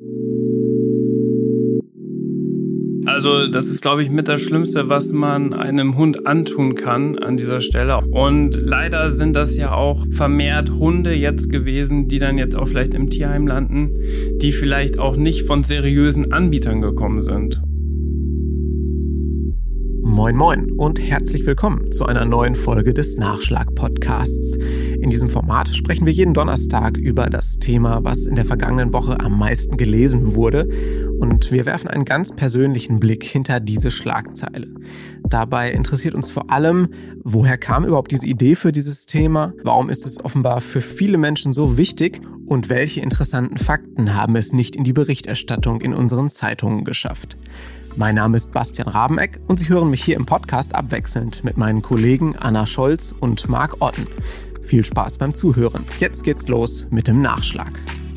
Also das ist, glaube ich, mit das Schlimmste, was man einem Hund antun kann an dieser Stelle. Und leider sind das ja auch vermehrt Hunde jetzt gewesen, die dann jetzt auch vielleicht im Tierheim landen, die vielleicht auch nicht von seriösen Anbietern gekommen sind. Moin moin und herzlich willkommen zu einer neuen Folge des Nachschlag-Podcasts. In diesem Format sprechen wir jeden Donnerstag über das Thema, was in der vergangenen Woche am meisten gelesen wurde. Und wir werfen einen ganz persönlichen Blick hinter diese Schlagzeile. Dabei interessiert uns vor allem, woher kam überhaupt diese Idee für dieses Thema? Warum ist es offenbar für viele Menschen so wichtig? Und welche interessanten Fakten haben es nicht in die Berichterstattung in unseren Zeitungen geschafft? Mein Name ist Bastian Rabeneck und Sie hören mich hier im Podcast abwechselnd mit meinen Kollegen Anna Scholz und Marc Otten. Viel Spaß beim Zuhören. Jetzt geht's los mit dem Nachschlag.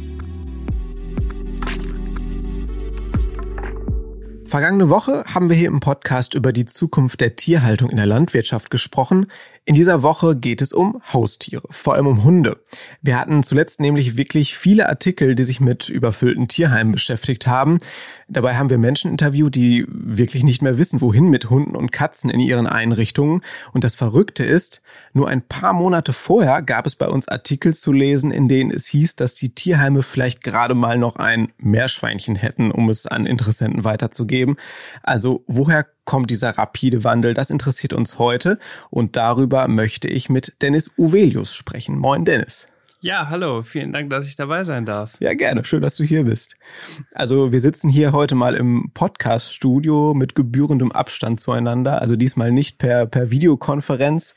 Vergangene Woche haben wir hier im Podcast über die Zukunft der Tierhaltung in der Landwirtschaft gesprochen. In dieser Woche geht es um Haustiere, vor allem um Hunde. Wir hatten zuletzt nämlich wirklich viele Artikel, die sich mit überfüllten Tierheimen beschäftigt haben. Dabei haben wir Menschen interviewt, die wirklich nicht mehr wissen, wohin mit Hunden und Katzen in ihren Einrichtungen. Und das Verrückte ist, nur ein paar Monate vorher gab es bei uns Artikel zu lesen, in denen es hieß, dass die Tierheime vielleicht gerade mal noch ein Meerschweinchen hätten, um es an Interessenten weiterzugeben. Also woher kommt dieser rapide Wandel? Das interessiert uns heute und darüber möchte ich mit Dennis Uvelius sprechen. Moin Dennis. Ja, hallo, vielen Dank, dass ich dabei sein darf. Ja, gerne, schön, dass du hier bist. Also wir sitzen hier heute mal im Podcast-Studio mit gebührendem Abstand zueinander, also diesmal nicht per Videokonferenz.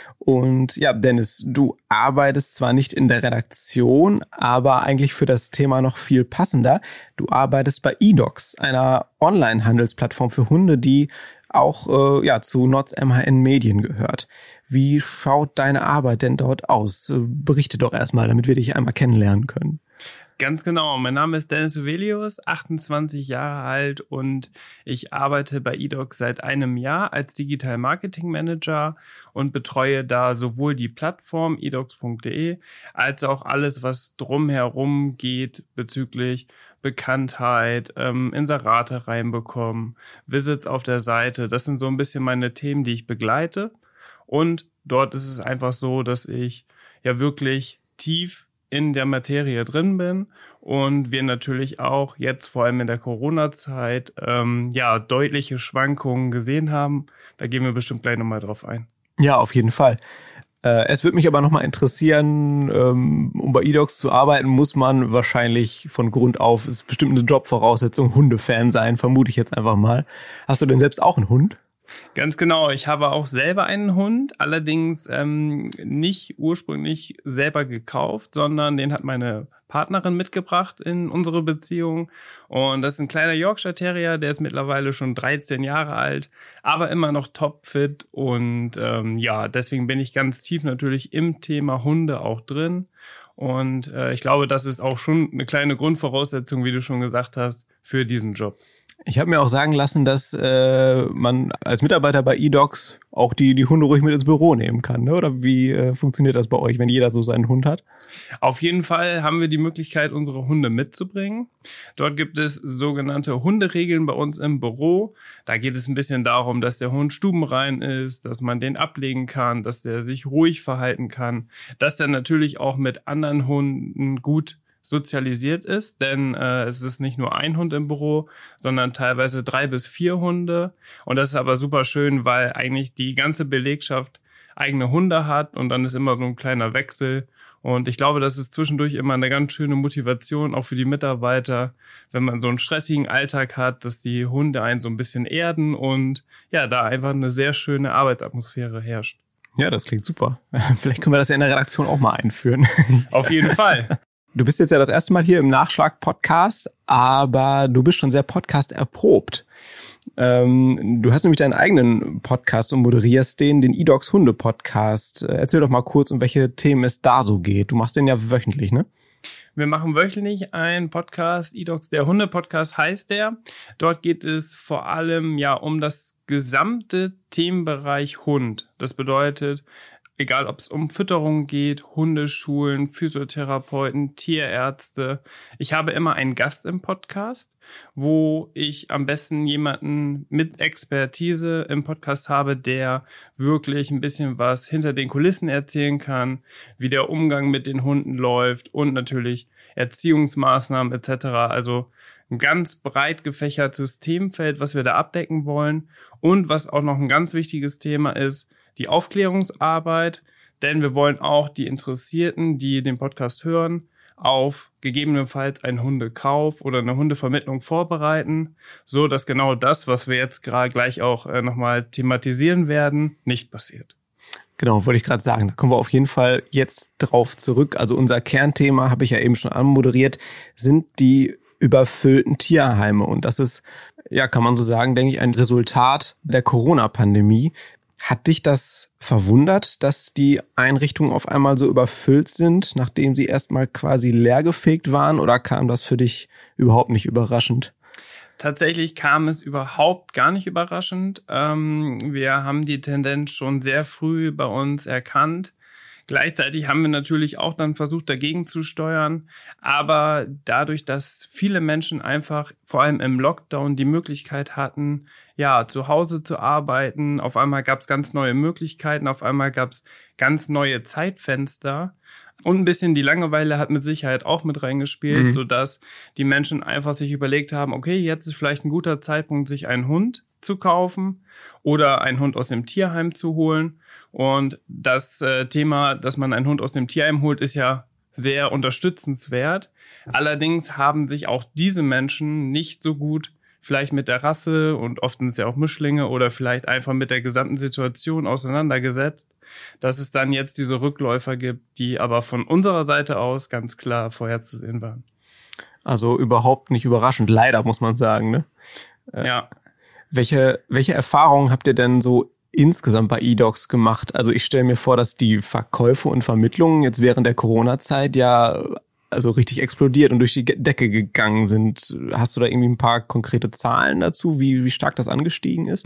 Und ja, Dennis, du arbeitest zwar nicht in der Redaktion, aber eigentlich für das Thema noch viel passender. Du arbeitest bei eDogs, einer Online-Handelsplattform für Hunde, die auch zu Notz MHN Medien gehört. Wie schaut deine Arbeit denn dort aus? Berichte doch erstmal, damit wir dich einmal kennenlernen können. Ganz genau, mein Name ist Dennis Uvelius, 28 Jahre alt und ich arbeite bei eDogs seit einem Jahr als Digital Marketing Manager und betreue da sowohl die Plattform edogs.de als auch alles, was drumherum geht bezüglich Bekanntheit, Inserate reinbekommen, Visits auf der Seite. Das sind so ein bisschen meine Themen, die ich begleite. Und dort ist es einfach so, dass ich ja wirklich tief in der Materie drin bin und wir natürlich auch jetzt vor allem in der Corona-Zeit deutliche Schwankungen gesehen haben. Da gehen wir bestimmt gleich nochmal drauf ein. Ja, auf jeden Fall. Es würde mich aber nochmal interessieren, um bei eDogs zu arbeiten, muss man wahrscheinlich von Grund auf, ist bestimmt eine Jobvoraussetzung, Hundefan sein, vermute ich jetzt einfach mal. Hast du denn selbst auch einen Hund? Ganz genau, ich habe auch selber einen Hund, allerdings nicht ursprünglich selber gekauft, sondern den hat meine Partnerin mitgebracht in unsere Beziehung. Und das ist ein kleiner Yorkshire Terrier, der ist mittlerweile schon 13 Jahre alt, aber immer noch topfit. Und deswegen bin ich ganz tief natürlich im Thema Hunde auch drin. Und ich glaube, das ist auch schon eine kleine Grundvoraussetzung, wie du schon gesagt hast, für diesen Job. Ich habe mir auch sagen lassen, dass man als Mitarbeiter bei eDogs auch die Hunde ruhig mit ins Büro nehmen kann, ne? Oder wie funktioniert das bei euch, wenn jeder so seinen Hund hat? Auf jeden Fall haben wir die Möglichkeit, unsere Hunde mitzubringen. Dort gibt es sogenannte Hunderegeln bei uns im Büro. Da geht es ein bisschen darum, dass der Hund stubenrein ist, dass man den ablegen kann, dass der sich ruhig verhalten kann, dass er natürlich auch mit anderen Hunden gut sozialisiert ist, denn es ist nicht nur ein Hund im Büro, sondern teilweise 3 bis 4 Hunde. Und das ist aber super schön, weil eigentlich die ganze Belegschaft eigene Hunde hat und dann ist immer so ein kleiner Wechsel. Und ich glaube, das ist zwischendurch immer eine ganz schöne Motivation, auch für die Mitarbeiter, wenn man so einen stressigen Alltag hat, dass die Hunde einen so ein bisschen erden und ja, da einfach eine sehr schöne Arbeitsatmosphäre herrscht. Ja, das klingt super. Vielleicht können wir das ja in der Redaktion auch mal einführen. Auf jeden Fall. Du bist jetzt ja das erste Mal hier im Nachschlag-Podcast, aber du bist schon sehr Podcast-erprobt. Du hast nämlich deinen eigenen Podcast und moderierst den eDogs Hunde-Podcast. Erzähl doch mal kurz, um welche Themen es da so geht. Du machst den ja wöchentlich, ne? Wir machen wöchentlich einen Podcast, eDogs, der Hunde-Podcast heißt der. Dort geht es vor allem ja um das gesamte Themenbereich Hund. Das bedeutet egal ob es um Fütterung geht, Hundeschulen, Physiotherapeuten, Tierärzte. Ich habe immer einen Gast im Podcast, wo ich am besten jemanden mit Expertise im Podcast habe, der wirklich ein bisschen was hinter den Kulissen erzählen kann, wie der Umgang mit den Hunden läuft und natürlich Erziehungsmaßnahmen etc. Also ein ganz breit gefächertes Themenfeld, was wir da abdecken wollen. Und was auch noch ein ganz wichtiges Thema ist, die Aufklärungsarbeit. Denn wir wollen auch die Interessierten, die den Podcast hören, auf gegebenenfalls einen Hundekauf oder eine Hundevermittlung vorbereiten, so dass genau das, was wir jetzt gerade gleich auch nochmal thematisieren werden, nicht passiert. Genau, wollte ich gerade sagen. Da kommen wir auf jeden Fall jetzt drauf zurück. Also unser Kernthema, habe ich ja eben schon anmoderiert, sind die überfüllten Tierheime. Und das ist, ja, kann man so sagen, denke ich, ein Resultat der Corona-Pandemie. Hat dich das verwundert, dass die Einrichtungen auf einmal so überfüllt sind, nachdem sie erstmal quasi leergefegt waren, oder kam das für dich überhaupt nicht überraschend? Tatsächlich kam es überhaupt gar nicht überraschend. Wir haben die Tendenz schon sehr früh bei uns erkannt. Gleichzeitig haben wir natürlich auch dann versucht, dagegen zu steuern. Aber dadurch, dass viele Menschen einfach, vor allem im Lockdown, die Möglichkeit hatten, ja, zu Hause zu arbeiten, auf einmal gab es ganz neue Möglichkeiten, auf einmal gab es ganz neue Zeitfenster. Und ein bisschen die Langeweile hat mit Sicherheit auch mit reingespielt, sodass die Menschen einfach sich überlegt haben, okay, jetzt ist vielleicht ein guter Zeitpunkt, sich einen Hund zu kaufen oder einen Hund aus dem Tierheim zu holen. Und das Thema, dass man einen Hund aus dem Tierheim holt, ist ja sehr unterstützenswert. Allerdings haben sich auch diese Menschen nicht so gut vielleicht mit der Rasse und oft sind es ja auch Mischlinge oder vielleicht einfach mit der gesamten Situation auseinandergesetzt, dass es dann jetzt diese Rückläufer gibt, die aber von unserer Seite aus ganz klar vorherzusehen waren. Also überhaupt nicht überraschend, leider muss man sagen, ne? Ja. Welche Erfahrungen habt ihr denn so insgesamt bei eDogs gemacht? Also ich stelle mir vor, dass die Verkäufe und Vermittlungen jetzt während der Corona-Zeit ja also richtig explodiert und durch die Decke gegangen sind. Hast du da irgendwie ein paar konkrete Zahlen dazu, wie stark das angestiegen ist?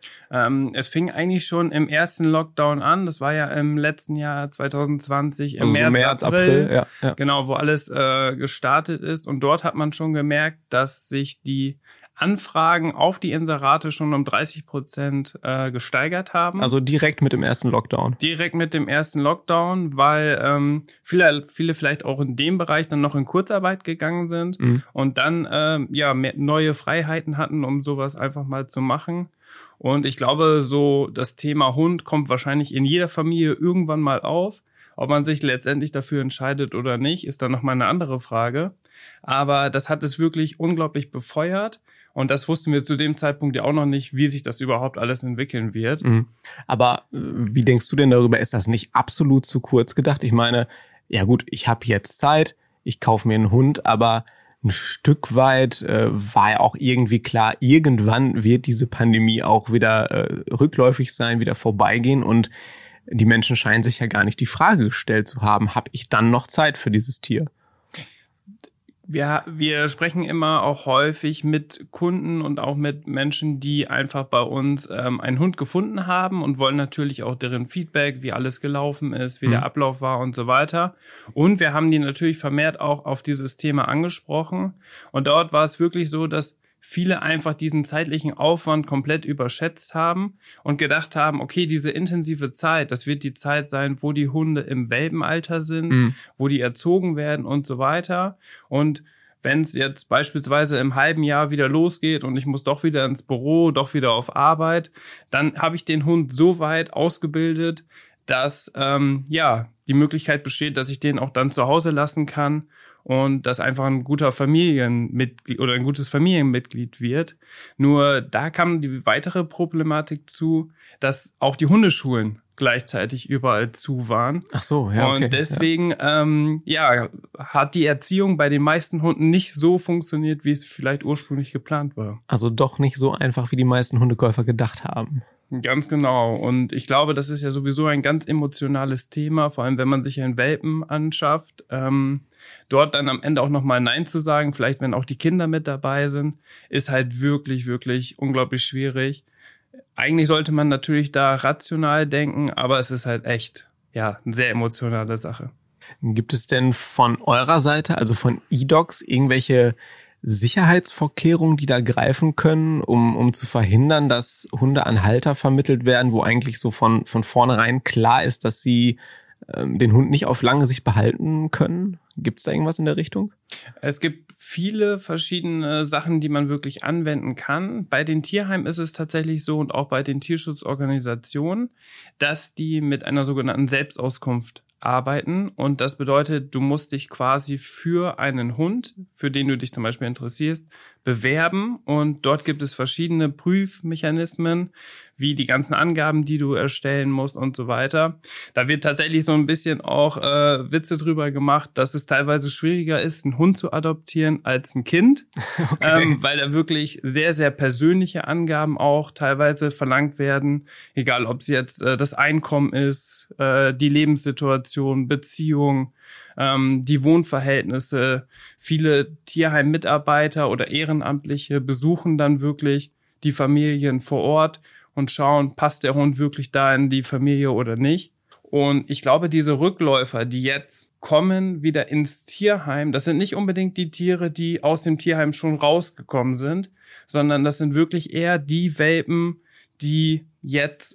Es fing eigentlich schon im ersten Lockdown an. Das war ja im letzten Jahr 2020, im also März, April. Ja. Genau, wo alles gestartet ist. Und dort hat man schon gemerkt, dass sich die Anfragen auf die Inserate schon um 30% gesteigert haben. Also direkt mit dem ersten Lockdown? Direkt mit dem ersten Lockdown, weil viele vielleicht auch in dem Bereich dann noch in Kurzarbeit gegangen sind und dann mehr neue Freiheiten hatten, um sowas einfach mal zu machen. Und ich glaube, so das Thema Hund kommt wahrscheinlich in jeder Familie irgendwann mal auf. Ob man sich letztendlich dafür entscheidet oder nicht, ist dann nochmal eine andere Frage. Aber das hat es wirklich unglaublich befeuert. Und das wussten wir zu dem Zeitpunkt ja auch noch nicht, wie sich das überhaupt alles entwickeln wird. Aber wie denkst du denn darüber? Ist das nicht absolut zu kurz gedacht? Ich meine, ja gut, ich habe jetzt Zeit, ich kaufe mir einen Hund, aber ein Stück weit war ja auch irgendwie klar, irgendwann wird diese Pandemie auch wieder rückläufig sein, wieder vorbeigehen. Und die Menschen scheinen sich ja gar nicht die Frage gestellt zu haben, habe ich dann noch Zeit für dieses Tier? Wir sprechen immer auch häufig mit Kunden und auch mit Menschen, die einfach bei uns einen Hund gefunden haben und wollen natürlich auch deren Feedback, wie alles gelaufen ist, wie der Ablauf war und so weiter. Und wir haben die natürlich vermehrt auch auf dieses Thema angesprochen. Und dort war es wirklich so, dass viele einfach diesen zeitlichen Aufwand komplett überschätzt haben und gedacht haben, okay, diese intensive Zeit, das wird die Zeit sein, wo die Hunde im Welpenalter sind, wo die erzogen werden und so weiter. Und wenn es jetzt beispielsweise im halben Jahr wieder losgeht und ich muss doch wieder ins Büro, doch wieder auf Arbeit, dann habe ich den Hund so weit ausgebildet, dass die Möglichkeit besteht, dass ich den auch dann zu Hause lassen kann und dass einfach ein guter Familienmitglied oder ein gutes Familienmitglied wird. Nur da kam die weitere Problematik zu, dass auch die Hundeschulen gleichzeitig überall zu waren. Ach so, ja, okay. Und deswegen hat die Erziehung bei den meisten Hunden nicht so funktioniert, wie es vielleicht ursprünglich geplant war. Also doch nicht so einfach, wie die meisten Hundekäufer gedacht haben. Ganz genau. Und ich glaube, das ist ja sowieso ein ganz emotionales Thema, vor allem wenn man sich einen Welpen anschafft. Dort dann am Ende auch nochmal Nein zu sagen, vielleicht wenn auch die Kinder mit dabei sind, ist halt wirklich, wirklich unglaublich schwierig. Eigentlich sollte man natürlich da rational denken, aber es ist halt echt ja, eine sehr emotionale Sache. Gibt es denn von eurer Seite, also von eDogs, irgendwelche Sicherheitsvorkehrungen, die da greifen können, um zu verhindern, dass Hunde an Halter vermittelt werden, wo eigentlich so von vornherein klar ist, dass sie den Hund nicht auf lange Sicht behalten können? Gibt es da irgendwas in der Richtung? Es gibt viele verschiedene Sachen, die man wirklich anwenden kann. Bei den Tierheimen ist es tatsächlich so und auch bei den Tierschutzorganisationen, dass die mit einer sogenannten Selbstauskunft arbeiten. Und das bedeutet, du musst dich quasi für einen Hund, für den du dich zum Beispiel interessierst, bewerben. Und dort gibt es verschiedene Prüfmechanismen, wie die ganzen Angaben, die du erstellen musst und so weiter. Da wird tatsächlich so ein bisschen auch Witze drüber gemacht, dass es teilweise schwieriger ist, einen Hund zu adoptieren als ein Kind, okay. Weil da wirklich sehr, sehr persönliche Angaben auch teilweise verlangt werden, egal ob es jetzt das Einkommen ist, die Lebenssituation, Beziehung, die Wohnverhältnisse. Viele Tierheim-Mitarbeiter oder Ehrenamtliche besuchen dann wirklich die Familien vor Ort und schauen, passt der Hund wirklich da in die Familie oder nicht. Und ich glaube, diese Rückläufer, die jetzt kommen wieder ins Tierheim, das sind nicht unbedingt die Tiere, die aus dem Tierheim schon rausgekommen sind, sondern das sind wirklich eher die Welpen, die jetzt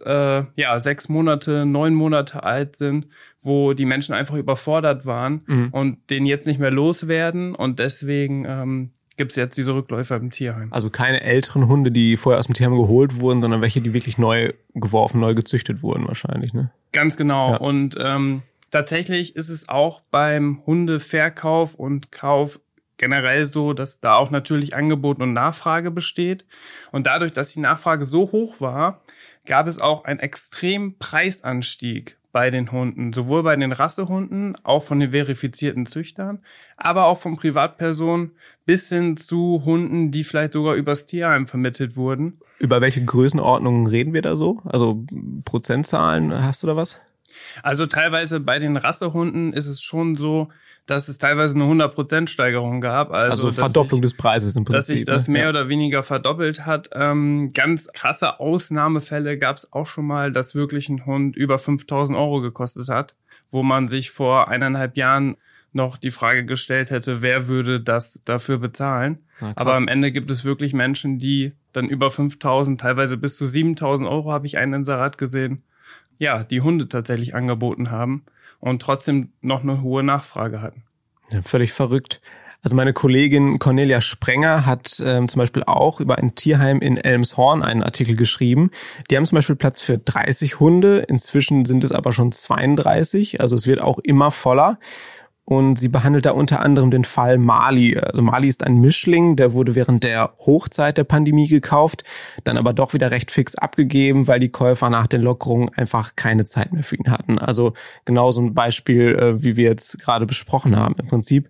6 Monate, 9 Monate alt sind, wo die Menschen einfach überfordert waren und den jetzt nicht mehr loswerden. Und deswegen gibt es jetzt diese Rückläufer im Tierheim. Also keine älteren Hunde, die vorher aus dem Tierheim geholt wurden, sondern welche, die wirklich neu geworfen, neu gezüchtet wurden wahrscheinlich, ne? Ganz genau. Ja. Und tatsächlich ist es auch beim Hundeverkauf und Kauf generell so, dass da auch natürlich Angebot und Nachfrage besteht. Und dadurch, dass die Nachfrage so hoch war, gab es auch einen extremen Preisanstieg bei den Hunden, sowohl bei den Rassehunden, auch von den verifizierten Züchtern, aber auch von Privatpersonen bis hin zu Hunden, die vielleicht sogar übers Tierheim vermittelt wurden. Über welche Größenordnungen reden wir da so? Also Prozentzahlen, hast du da was? Also teilweise bei den Rassehunden ist es schon so, dass es teilweise eine 100% Steigerung gab. Also Verdopplung des Preises im Prinzip. Dass sich das mehr oder weniger verdoppelt hat. Ganz krasse Ausnahmefälle gab es auch schon mal, dass wirklich ein Hund über 5.000 Euro gekostet hat, wo man sich vor 1,5 Jahren noch die Frage gestellt hätte, wer würde das dafür bezahlen. Aber am Ende gibt es wirklich Menschen, die dann über 5.000, teilweise bis zu 7.000 Euro, habe ich einen Inserat gesehen, ja, die Hunde tatsächlich angeboten haben und trotzdem noch eine hohe Nachfrage hatten. Ja, völlig verrückt. Also meine Kollegin Cornelia Sprenger hat zum Beispiel auch über ein Tierheim in Elmshorn einen Artikel geschrieben. Die haben zum Beispiel Platz für 30 Hunde. Inzwischen sind es aber schon 32. Also es wird auch immer voller. Und sie behandelt da unter anderem den Fall Mali. Also Mali ist ein Mischling, der wurde während der Hochzeit der Pandemie gekauft, dann aber doch wieder recht fix abgegeben, weil die Käufer nach den Lockerungen einfach keine Zeit mehr für ihn hatten. Also genau so ein Beispiel, wie wir jetzt gerade besprochen haben im Prinzip.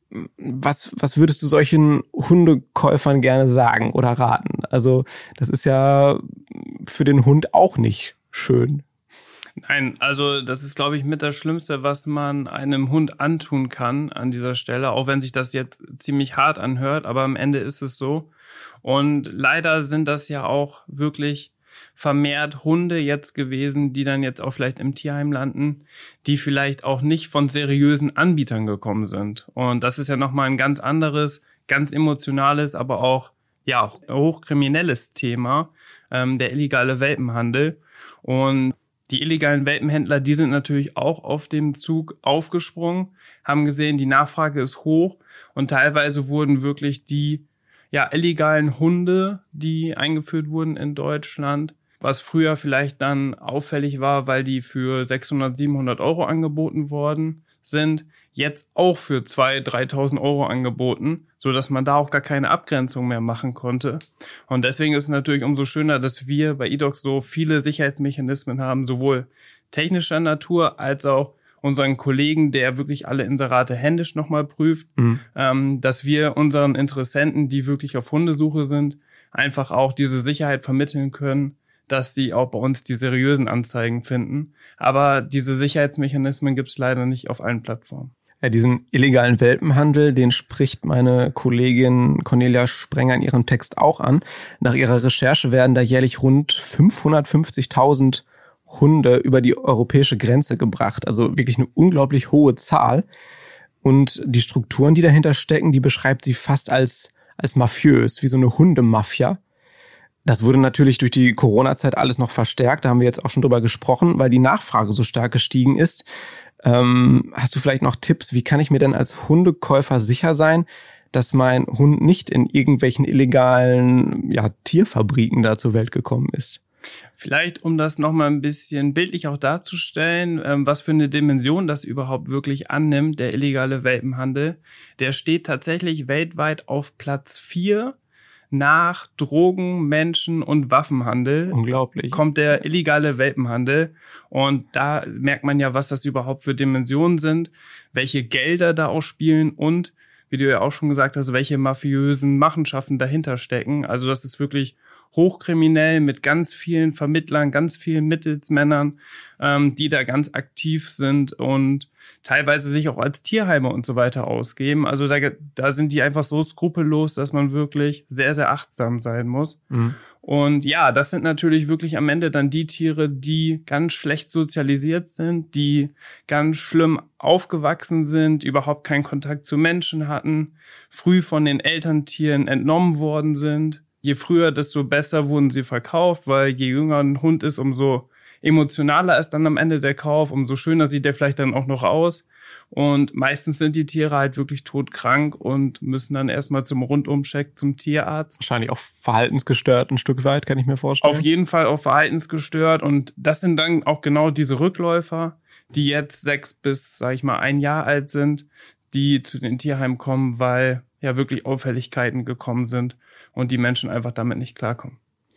Was würdest du solchen Hundekäufern gerne sagen oder raten? Also das ist ja für den Hund auch nicht schön. Nein, also das ist, glaube ich, mit das Schlimmste, was man einem Hund antun kann an dieser Stelle, auch wenn sich das jetzt ziemlich hart anhört, aber am Ende ist es so. Und leider sind das ja auch wirklich vermehrt Hunde jetzt gewesen, die dann jetzt auch vielleicht im Tierheim landen, die vielleicht auch nicht von seriösen Anbietern gekommen sind. Und das ist ja nochmal ein ganz anderes, ganz emotionales, aber auch ja hochkriminelles Thema, der illegale Welpenhandel. Und die illegalen Welpenhändler, die sind natürlich auch auf dem Zug aufgesprungen, haben gesehen, die Nachfrage ist hoch und teilweise wurden wirklich die illegalen Hunde, die eingeführt wurden in Deutschland, was früher vielleicht dann auffällig war, weil die für 600, 700 Euro angeboten worden sind, jetzt auch für 2.000, 3.000 Euro angeboten, so dass man da auch gar keine Abgrenzung mehr machen konnte. Und deswegen ist es natürlich umso schöner, dass wir bei eDogs so viele Sicherheitsmechanismen haben, sowohl technischer Natur als auch unseren Kollegen, der wirklich alle Inserate händisch nochmal prüft, dass wir unseren Interessenten, die wirklich auf Hundesuche sind, einfach auch diese Sicherheit vermitteln können, dass sie auch bei uns die seriösen Anzeigen finden. Aber diese Sicherheitsmechanismen gibt es leider nicht auf allen Plattformen. Ja, diesen illegalen Welpenhandel, den spricht meine Kollegin Cornelia Sprenger in ihrem Text auch an. Nach ihrer Recherche werden da jährlich rund 550.000 Hunde über die europäische Grenze gebracht. Also wirklich eine unglaublich hohe Zahl. Und die Strukturen, die dahinter stecken, die beschreibt sie fast als mafiös, wie so eine Hundemafia. Das wurde natürlich durch die Corona-Zeit alles noch verstärkt. Da haben wir jetzt auch schon drüber gesprochen, weil die Nachfrage so stark gestiegen ist. Hast du vielleicht noch Tipps, wie kann ich mir denn als Hundekäufer sicher sein, dass mein Hund nicht in irgendwelchen illegalen Tierfabriken da zur Welt gekommen ist? Vielleicht, um das nochmal ein bisschen bildlich auch darzustellen, was für eine Dimension das überhaupt wirklich annimmt, der illegale Welpenhandel. Der steht tatsächlich weltweit auf Platz 4 nach Drogen-, Menschen- und Waffenhandel. Unglaublich. Kommt der illegale Welpenhandel. Und da merkt man ja, was das überhaupt für Dimensionen sind, welche Gelder da auch spielen und, wie du ja auch schon gesagt hast, welche mafiösen Machenschaften dahinter stecken. Also das ist wirklich hochkriminell mit ganz vielen Vermittlern, ganz vielen Mittelsmännern, die da ganz aktiv sind und teilweise sich auch als Tierheime und so weiter ausgeben. Also da sind die einfach so skrupellos, dass man wirklich sehr, sehr achtsam sein muss. Mhm. Und ja, das sind natürlich wirklich am Ende dann die Tiere, die ganz schlecht sozialisiert sind, die ganz schlimm aufgewachsen sind, überhaupt keinen Kontakt zu Menschen hatten, früh von den Elterntieren entnommen worden sind. Je früher, desto besser wurden sie verkauft, weil je jünger ein Hund ist, umso emotionaler ist dann am Ende der Kauf, umso schöner sieht der vielleicht dann auch noch aus. Und meistens sind die Tiere halt wirklich todkrank und müssen dann erstmal zum Rundumcheck zum Tierarzt. Wahrscheinlich auch verhaltensgestört ein Stück weit, kann ich mir vorstellen. Auf jeden Fall auch verhaltensgestört. Und das sind dann auch genau diese Rückläufer, die jetzt 6 bis, sag ich mal, 1 Jahr alt sind, die zu den Tierheimen kommen, weil ja wirklich Auffälligkeiten gekommen sind und die Menschen einfach damit nicht klarkommen.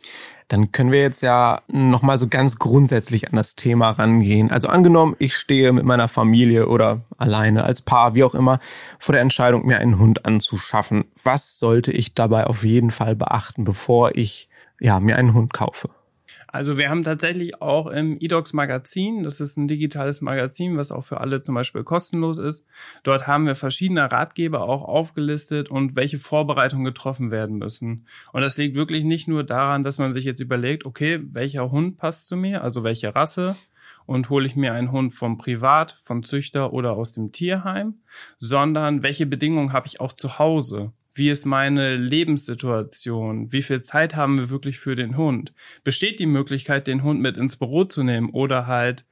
Dann können wir jetzt ja nochmal so ganz grundsätzlich an das Thema rangehen. Also angenommen, ich stehe mit meiner Familie oder alleine als Paar, wie auch immer, vor der Entscheidung, mir einen Hund anzuschaffen. Was sollte ich dabei auf jeden Fall beachten, bevor ich mir einen Hund kaufe? Also wir haben tatsächlich auch im eDogs Magazin, das ist ein digitales Magazin, was auch für alle zum Beispiel kostenlos ist. Dort haben wir verschiedene Ratgeber auch aufgelistet und welche Vorbereitungen getroffen werden müssen. Und das liegt wirklich nicht nur daran, dass man sich jetzt überlegt, okay, welcher Hund passt zu mir, also welche Rasse, und hole ich mir einen Hund vom Privat, vom Züchter oder aus dem Tierheim, sondern welche Bedingungen habe ich auch zu Hause? Wie ist meine Lebenssituation? Wie viel Zeit haben wir wirklich für den Hund? Besteht die Möglichkeit, den Hund mit ins Büro zu nehmen oder halt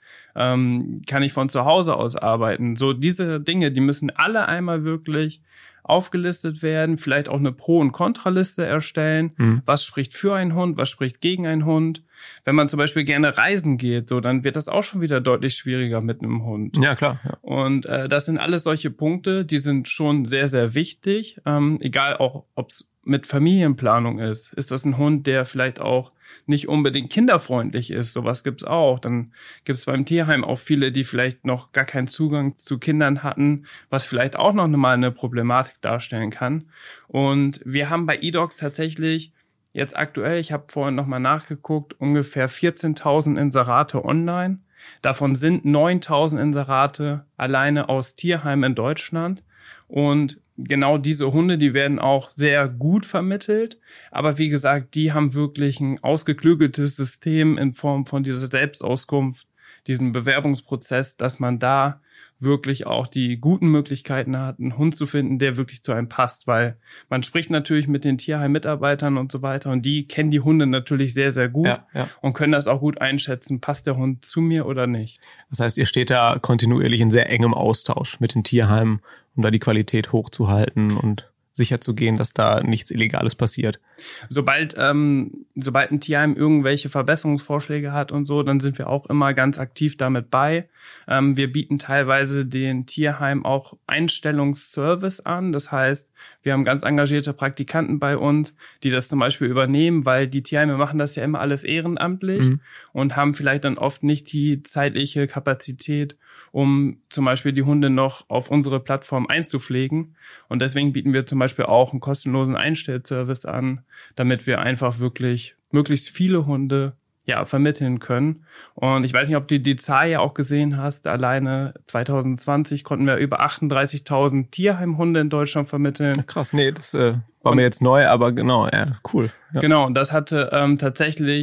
kann ich von zu Hause aus arbeiten? So diese Dinge, die müssen alle einmal wirklich aufgelistet werden, vielleicht auch eine Pro- und Kontraliste erstellen. Was spricht für einen Hund, was spricht gegen einen Hund? Wenn man zum Beispiel gerne reisen geht, so dann wird das auch schon wieder deutlich schwieriger mit einem Hund. Ja, klar. Ja. Und das sind alles solche Punkte, die sind schon sehr, sehr wichtig. Egal auch, ob es mit Familienplanung ist. Ist das ein Hund, der vielleicht auch nicht unbedingt kinderfreundlich ist? Sowas gibt's auch. Dann gibt's beim Tierheim auch viele, die vielleicht noch gar keinen Zugang zu Kindern hatten, was vielleicht auch noch mal eine Problematik darstellen kann. Und wir haben bei eDogs tatsächlich jetzt aktuell, ich habe vorhin noch mal nachgeguckt, ungefähr 14.000 Inserate online. Davon sind 9.000 Inserate alleine aus Tierheimen in Deutschland. Und genau diese Hunde, die werden auch sehr gut vermittelt. Aber wie gesagt, die haben wirklich ein ausgeklügeltes System in Form von dieser Selbstauskunft, diesem Bewerbungsprozess, dass man da wirklich auch die guten Möglichkeiten hat, einen Hund zu finden, der wirklich zu einem passt, weil man spricht natürlich mit den Tierheim-Mitarbeitern und so weiter und die kennen die Hunde natürlich sehr, sehr gut und können das auch gut einschätzen, passt der Hund zu mir oder nicht. Das heißt, ihr steht da kontinuierlich in sehr engem Austausch mit den Tierheimen, um da die Qualität hochzuhalten und sicher zu gehen, dass da nichts Illegales passiert. Sobald ein Tierheim irgendwelche Verbesserungsvorschläge hat und so, dann sind wir auch immer ganz aktiv damit bei. Wir bieten teilweise den Tierheim auch Einstellungsservice an. Das heißt, wir haben ganz engagierte Praktikanten bei uns, die das zum Beispiel übernehmen, weil die Tierheime machen das ja immer alles ehrenamtlich und haben vielleicht dann oft nicht die zeitliche Kapazität, um zum Beispiel die Hunde noch auf unsere Plattform einzupflegen. Und deswegen bieten wir zum Beispiel auch einen kostenlosen Einstellservice an, damit wir einfach wirklich möglichst viele Hunde vermitteln können. Und ich weiß nicht, ob du die Zahl ja auch gesehen hast. Alleine 2020 konnten wir über 38.000 Tierheimhunde in Deutschland vermitteln. Krass, nee, das war mir jetzt neu, aber genau, ja, cool. Ja. Genau, und das hatte tatsächlich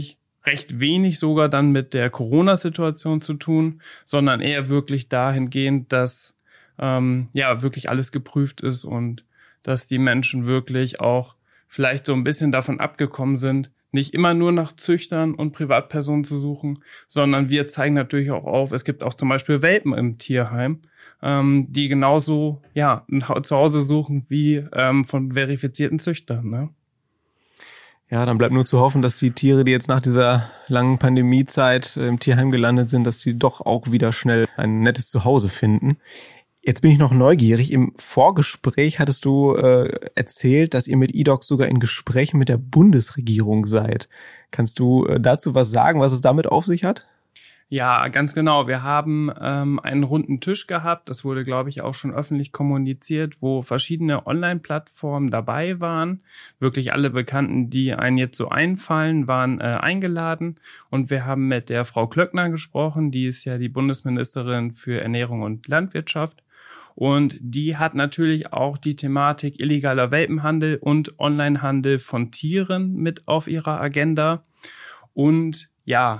recht wenig sogar dann mit der Corona-Situation zu tun, sondern eher wirklich dahingehend, dass wirklich alles geprüft ist und dass die Menschen wirklich auch vielleicht so ein bisschen davon abgekommen sind, nicht immer nur nach Züchtern und Privatpersonen zu suchen, sondern wir zeigen natürlich auch auf, es gibt auch zum Beispiel Welpen im Tierheim, die genauso ein zu Hause suchen wie von verifizierten Züchtern. Ne? Ja, dann bleibt nur zu hoffen, dass die Tiere, die jetzt nach dieser langen Pandemiezeit im Tierheim gelandet sind, dass die doch auch wieder schnell ein nettes Zuhause finden. Jetzt bin ich noch neugierig. Im Vorgespräch hattest du erzählt, dass ihr mit eDogs sogar in Gesprächen mit der Bundesregierung seid. Kannst du dazu was sagen, was es damit auf sich hat? Ja, ganz genau. Wir haben einen runden Tisch gehabt. Das wurde, glaube ich, auch schon öffentlich kommuniziert, wo verschiedene Online-Plattformen dabei waren. Wirklich alle Bekannten, die einen jetzt so einfallen, waren eingeladen. Und wir haben mit der Frau Klöckner gesprochen. Die ist ja die Bundesministerin für Ernährung und Landwirtschaft. Und die hat natürlich auch die Thematik illegaler Welpenhandel und Onlinehandel von Tieren mit auf ihrer Agenda. Und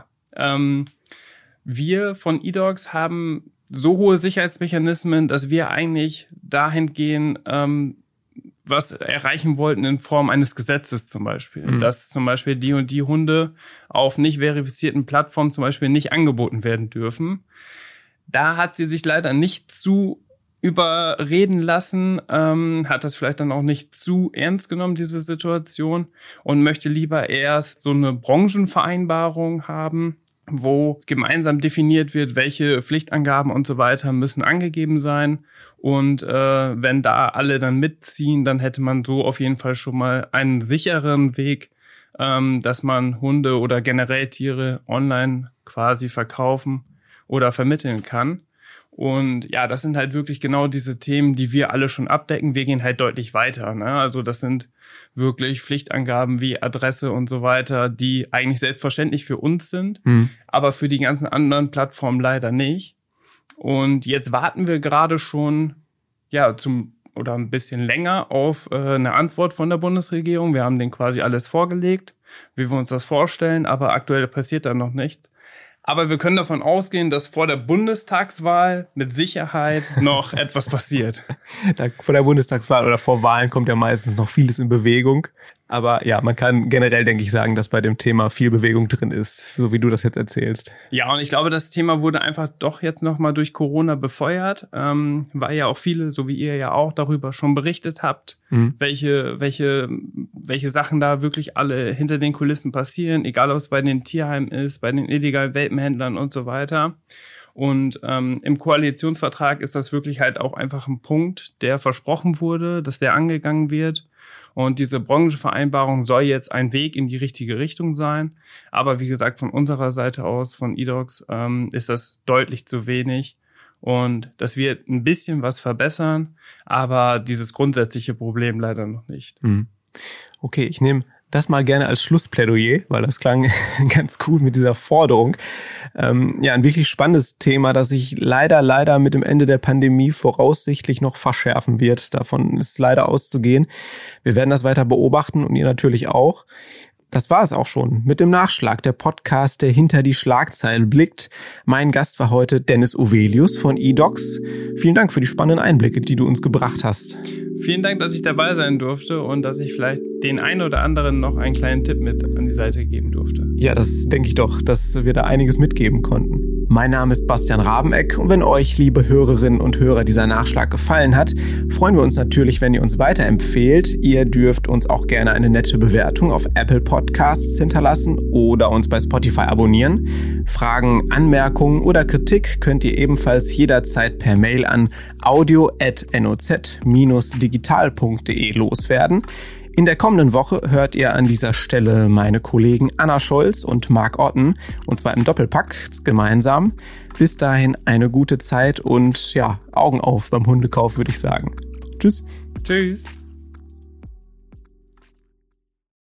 wir von eDogs haben so hohe Sicherheitsmechanismen, dass wir eigentlich dahin gehen, was erreichen wollten in Form eines Gesetzes zum Beispiel. Mhm. Dass zum Beispiel die und die Hunde auf nicht verifizierten Plattformen zum Beispiel nicht angeboten werden dürfen. Da hat sie sich leider nicht zu überreden lassen, hat das vielleicht dann auch nicht zu ernst genommen, diese Situation, und möchte lieber erst so eine Branchenvereinbarung haben, wo gemeinsam definiert wird, welche Pflichtangaben und so weiter müssen angegeben sein. Und wenn da alle dann mitziehen, dann hätte man so auf jeden Fall schon mal einen sicheren Weg, dass man Hunde oder generell Tiere online quasi verkaufen oder vermitteln kann. Und ja, das sind halt wirklich genau diese Themen, die wir alle schon abdecken. Wir gehen halt deutlich weiter, ne? Also das sind wirklich Pflichtangaben wie Adresse und so weiter, die eigentlich selbstverständlich für uns sind, aber für die ganzen anderen Plattformen leider nicht. Und jetzt warten wir gerade schon ein bisschen länger auf eine Antwort von der Bundesregierung. Wir haben denen quasi alles vorgelegt, wie wir uns das vorstellen, aber aktuell passiert da noch nichts. Aber wir können davon ausgehen, dass vor der Bundestagswahl mit Sicherheit noch etwas passiert. Vor der Bundestagswahl oder vor Wahlen kommt ja meistens noch vieles in Bewegung. Aber ja, man kann generell, denke ich, sagen, dass bei dem Thema viel Bewegung drin ist, so wie du das jetzt erzählst. Ja, und ich glaube, das Thema wurde einfach doch jetzt nochmal durch Corona befeuert, weil ja auch viele, so wie ihr ja auch, darüber schon berichtet habt, welche Sachen da wirklich alle hinter den Kulissen passieren, egal ob es bei den Tierheimen ist, bei den illegalen Welpenhändlern und so weiter. Und im Koalitionsvertrag ist das wirklich halt auch einfach ein Punkt, der versprochen wurde, dass der angegangen wird. Und diese Branchenvereinbarung soll jetzt ein Weg in die richtige Richtung sein. Aber wie gesagt, von unserer Seite aus, von eDogs, ist das deutlich zu wenig. Und das wird ein bisschen was verbessern, aber dieses grundsätzliche Problem leider noch nicht. Okay, ich nehme das mal gerne als Schlussplädoyer, weil das klang ganz cool mit dieser Forderung. Ein wirklich spannendes Thema, das sich leider mit dem Ende der Pandemie voraussichtlich noch verschärfen wird. Davon ist leider auszugehen. Wir werden das weiter beobachten und ihr natürlich auch. Das war es auch schon mit dem Nachschlag, der Podcast, der hinter die Schlagzeilen blickt. Mein Gast war heute Dennis Ovelius von eDogs. Vielen Dank für die spannenden Einblicke, die du uns gebracht hast. Vielen Dank, dass ich dabei sein durfte und dass ich vielleicht den einen oder anderen noch einen kleinen Tipp mit an die Seite geben durfte. Ja, das denke ich doch, dass wir da einiges mitgeben konnten. Mein Name ist Bastian Rabeneck und wenn euch, liebe Hörerinnen und Hörer, dieser Nachschlag gefallen hat, freuen wir uns natürlich, wenn ihr uns weiterempfehlt. Ihr dürft uns auch gerne eine nette Bewertung auf Apple Podcasts hinterlassen oder uns bei Spotify abonnieren. Fragen, Anmerkungen oder Kritik könnt ihr ebenfalls jederzeit per Mail an audio@noz-digital.de loswerden. In der kommenden Woche hört ihr an dieser Stelle meine Kollegen Anna Scholz und Marc Otten, und zwar im Doppelpack gemeinsam. Bis dahin eine gute Zeit und Augen auf beim Hundekauf, würde ich sagen. Tschüss. Tschüss.